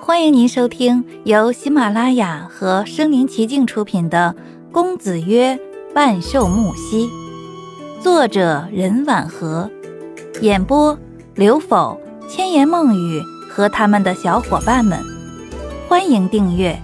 欢迎您收听由喜马拉雅和身临其境出品的《公子曰半兽木兮》，作者任婉和，演播刘否、千言梦语和他们的小伙伴们。欢迎订阅。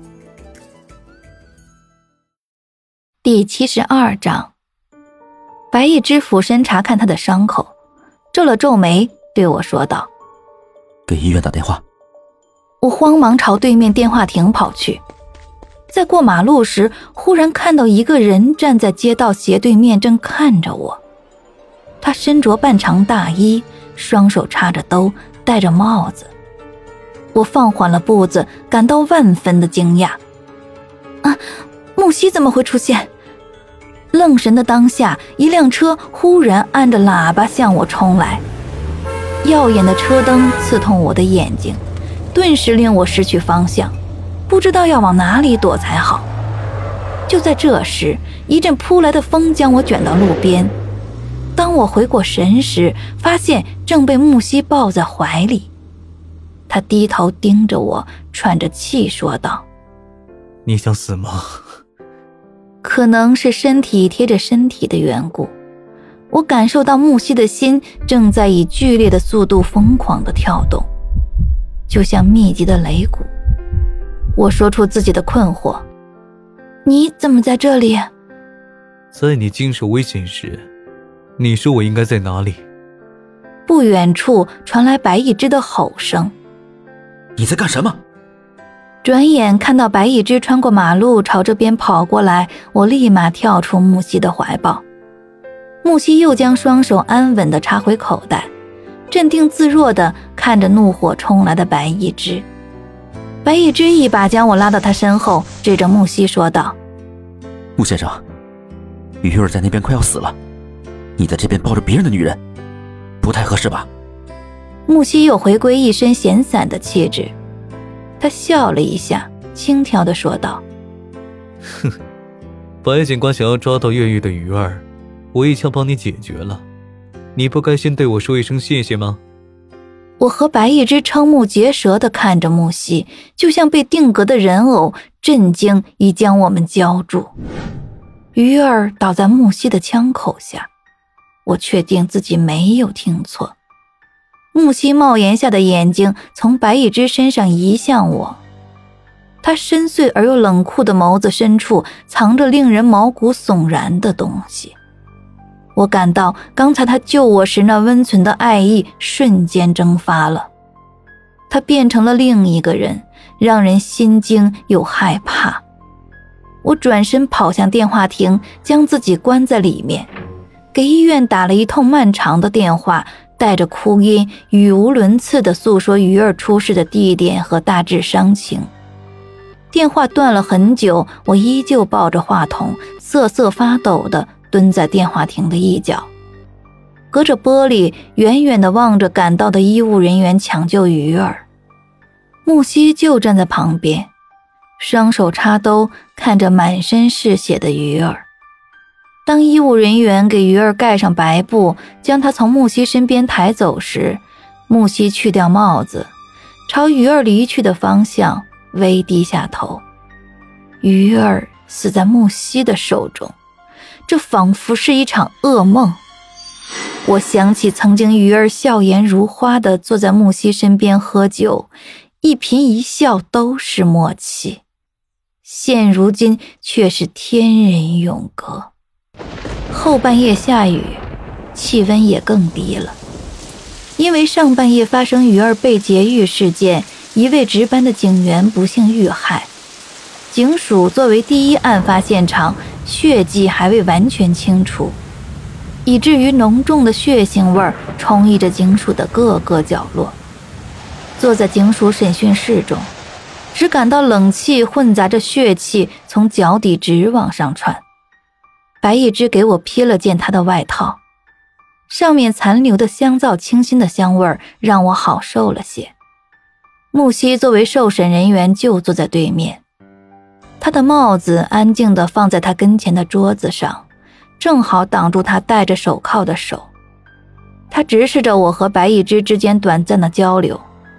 第72章，白一之俯身查看他的伤口，皱了皱眉，对我说道：“ 给医院打电话。” 我慌忙朝对面电话亭跑去，在过马路时，忽然看到一个人站在街道斜对面，正看着我。他身着半长大衣，双手插着兜，戴着帽子。我放缓了步子，感到万分的惊讶。木西怎么会出现？愣神的当下，一辆车忽然按着喇叭向我冲来，耀眼的车灯刺痛我的眼睛，顿时令我失去方向，不知道要往哪里躲才好。就在这时，一阵扑来的风将我卷到路边。当我回过神时，发现正被木西抱在怀里。他低头盯着我，喘着气说道：“ 你想死吗？” 可能是身体贴着身体的缘故，我感受到木西的心正在以剧烈的速度疯狂地跳动，就像密集的擂鼓。我说出自己的困惑：“你怎么在这里？” 在你经受危险时，你说我应该在哪里？ 不远处传来白一之的吼声：“ 你在干什么？” 转眼看到白一之穿过马路朝这边跑过来，我立马跳出木西的怀抱。木西又将双手安稳地插回口袋，镇定自若地看着怒火冲来的白一之。白一之一把将我拉到他身后，指着木西说道：“ 木先生，鱼儿在那边快要死了，你在这边抱着别人的女人，不太合适吧？” 木西又回归一身闲散的气质，他笑了一下，轻佻地说道：“ 哼，白警官想要抓到越狱的鱼儿，我一枪帮你解决了，你不该先对我说一声谢谢吗？” 我和白一之瞠目结舌地看着木西，就像被定格的人偶，震惊已将我们浇筑。鱼儿倒在木西的枪口下，我确定自己没有听错。木西帽檐下的眼睛从白一之身上移向我，他深邃而又冷酷的眸子深处藏着令人毛骨悚然的东西。我感到刚才他救我时那温存的爱意瞬间蒸发了，他变成了另一个人，让人心惊又害怕。我转身跑向电话亭，将自己关在里面，给医院打了一通漫长的电话，带着哭音，语无伦次地诉说鱼儿出事的地点和大致伤情。电话断了很久，我依旧抱着话筒，瑟瑟发抖地蹲在电话亭的一角，隔着玻璃远远地望着赶到的医务人员抢救鱼儿。木西就站在旁边，双手插兜，看着满身是血的鱼儿。当医务人员给鱼儿盖上白布，将他从木西身边抬走时，木西去掉帽子，朝鱼儿离去的方向微低下头。鱼儿死在木西的手中，这仿佛是一场噩梦。我想起曾经鱼儿笑颜如花地坐在木西身边喝酒，一颦一笑都是默契，现如今却是天人永隔。后半夜下雨，气温也更低了。因为上半夜发生鱼儿被劫狱事件，一位值班的警员不幸遇害。警署作为第一案发现场，血迹还未完全清除，以至于浓重的血腥味充溢着警署的各个角落。坐在警署审讯室中，只感到冷气混杂着血气从脚底直往上窜。白一之给我披了件他的外套，上面残留的香皂清新的香味让我好受了些。木西作为受审人员就坐在对面，他的帽子安静地放在他跟前的桌子上，正好挡住他戴着手铐的手。他直视着我和白一之之间短暂的交流，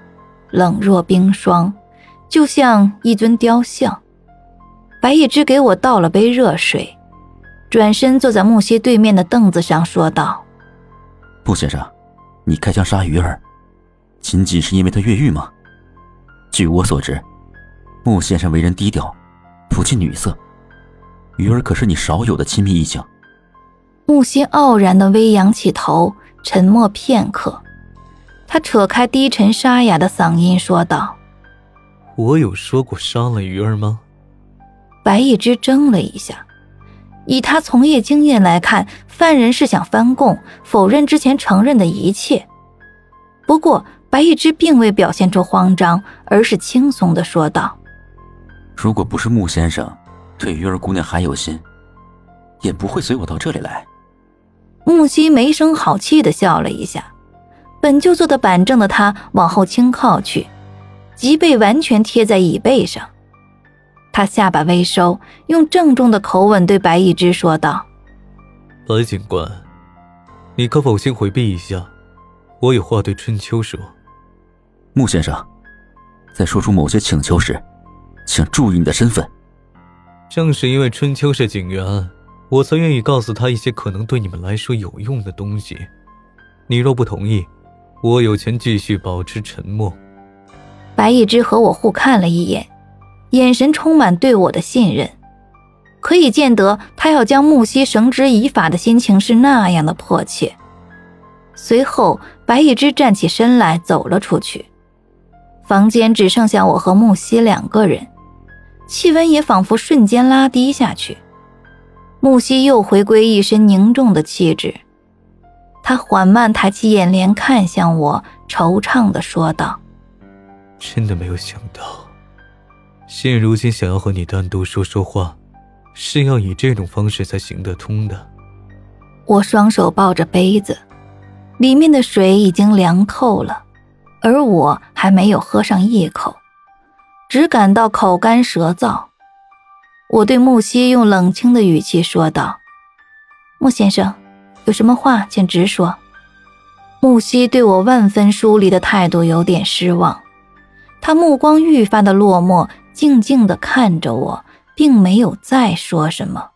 冷若冰霜，就像一尊雕像。白一之给我倒了杯热水，转身坐在木西对面的凳子上说道： 穆先生，你开枪杀鱼儿，仅仅是因为他越狱吗？据我所知，穆先生为人低调，不近女色，鱼儿可是你少有的亲密异性。 木西傲然地微扬起头，沉默片刻，他扯开低沉沙哑的嗓音说道： 我有说过杀了鱼儿吗？ 白一之怔了一下，以他从业经验来看，犯人是想翻供，否认之前承认的一切。不过白一之并未表现出慌张，而是轻松地说道： 如果不是穆先生对鱼儿姑娘还有心，也不会随我到这里来。 木西没声好气地笑了一下，本就坐得板正的他往后轻靠去，脊背完全贴在椅背上。他下巴微收，用郑重的口吻对白一之说道： 白警官，你可否先回避一下，我有话对春秋说。 穆先生，在说出某些请求时，请注意你的身份。 正是因为春秋是警员，我才愿意告诉他一些可能对你们来说有用的东西。你若不同意，我有权继续保持沉默。 白一之和我互看了一眼，眼神充满对我的信任，可以见得他要将木西绳之以法的心情是那样的迫切。随后白一之站起身来走了出去，房间只剩下我和木西2个人，气温也仿佛瞬间拉低下去。木西又回归一身凝重的气质，他缓慢抬起眼帘看向我，惆怅地说道： 真的没有想到，现如今想要和你单独说说话，是要以这种方式才行得通的。 我双手抱着杯子，里面的水已经凉透了，而我还没有喝上一口，只感到口干舌燥。我对木西用冷清的语气说道：穆先生，有什么话请直说。木西对我万分疏离的态度有点失望，他目光愈发的落寞，静静地看着我，并没有再说什么。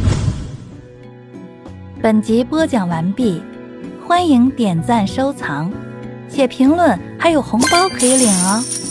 本集播讲完毕，欢迎点赞收藏，写评论还有红包可以领哦。